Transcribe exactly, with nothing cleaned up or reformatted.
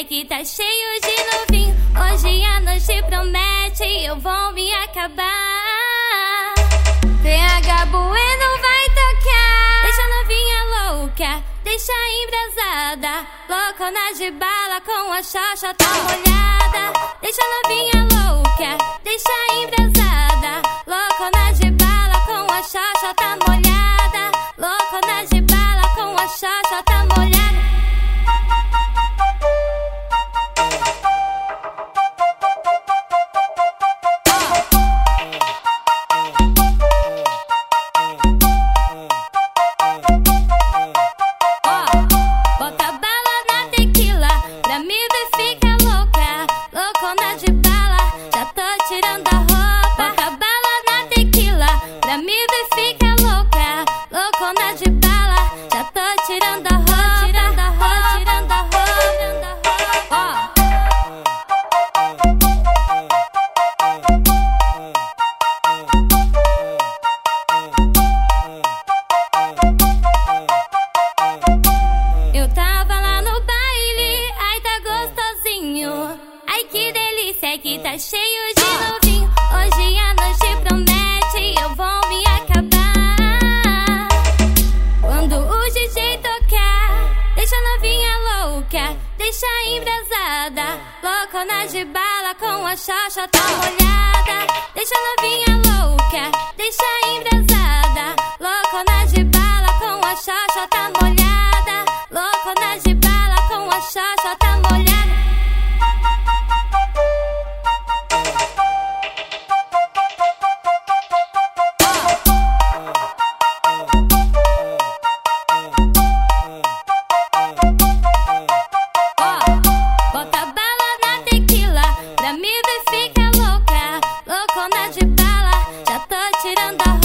que tá cheio de novinho. Hoje a noite promete, eu vou me acabar. P H Bueno vai tocar, deixa a novinha louca, deixa embrasada, loucona de bala com a xoxota molhada. Deixa a novinha louca, deixa embrasada, loucona de bala com a xoxota molhada, loucona de bala com a xoxota molhada. Tirando a roupa, bota bala na tequila, pra mim ver fica louca, loucona de bala. Já tô tirando a roupa, tirando a roupa, tirando a roupa. Eu tava lá no baile, ai tá gostosinho, ai que delícia que tá cheio de novinho. Hoje a noite promete, eu vou me acabar. Quando o D J tocar, deixa a novinha louca, deixa embrasada, loucona de bala com a xoxota molhada. Deixa a novinha louca, deixa embrasada, loucona de bala com a xoxota molhada, loucona de bala com a xoxota molhada. Pra mim ver fica louca, loucona de bala. Já tô tirando a